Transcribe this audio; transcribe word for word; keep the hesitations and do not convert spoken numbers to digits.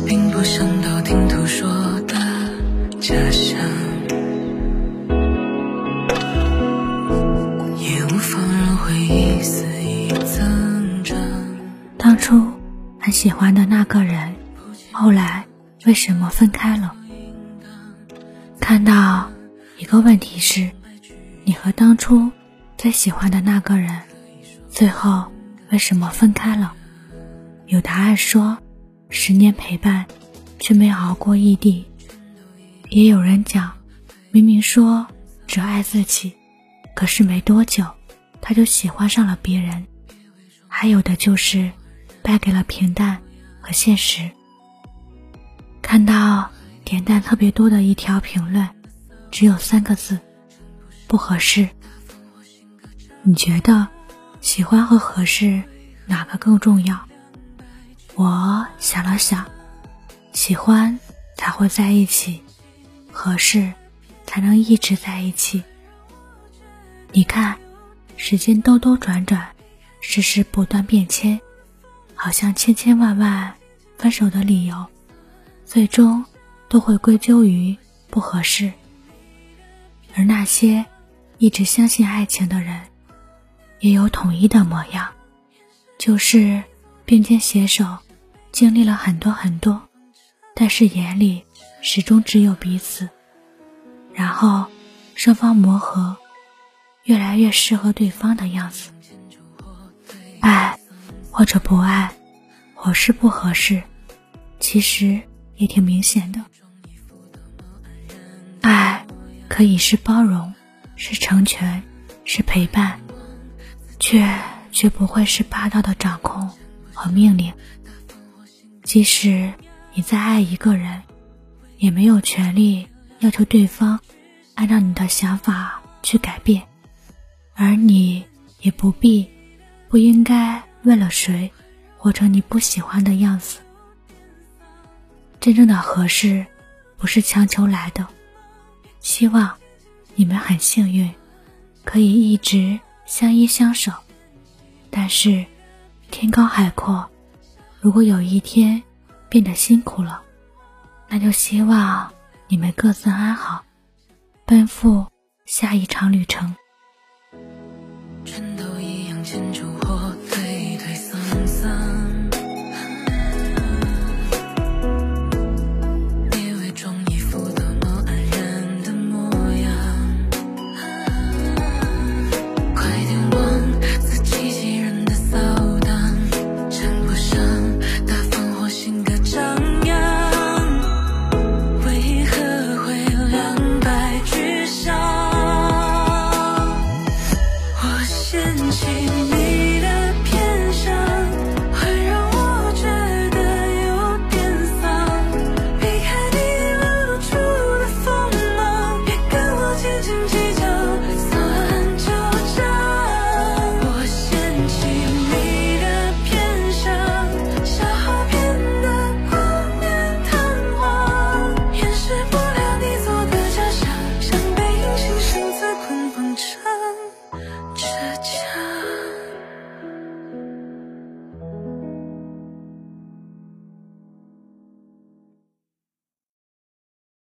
并不想道听途说的假象，也无法让回忆肆意增长。 当初很喜欢的那个人，后来为什么分开了？看到一个问题是，你和当初最喜欢的那个人，最后为什么分开了？有答案说，十年陪伴，却没熬过异地。也有人讲，明明说只爱自己，可是没多久，他就喜欢上了别人。还有的就是败给了平淡和现实。看到点赞特别多的一条评论，只有三个字：不合适。你觉得喜欢和合适哪个更重要？我想了想，喜欢才会在一起，合适才能一直在一起。你看，时间兜兜转转，世事不断变迁，好像千千万万分手的理由，最终都会归咎于不合适。而那些一直相信爱情的人，也有统一的模样，就是并肩携手，经历了很多很多，但是眼里始终只有彼此。然后双方磨合，越来越适合对方的样子。爱或者不爱，合适不合适，其实也挺明显的。爱可以是包容，是成全，是陪伴，却绝不会是霸道的掌控和命令。即使你再爱一个人，也没有权利要求对方按照你的想法去改变，而你也不必不应该为了谁活成你不喜欢的样子。真正的合适不是强求来的，希望你们很幸运，可以一直相依相守。但是天高海阔，如果有一天变得辛苦了，那就希望你们各自安好，奔赴下一场旅程。 全都一样牵住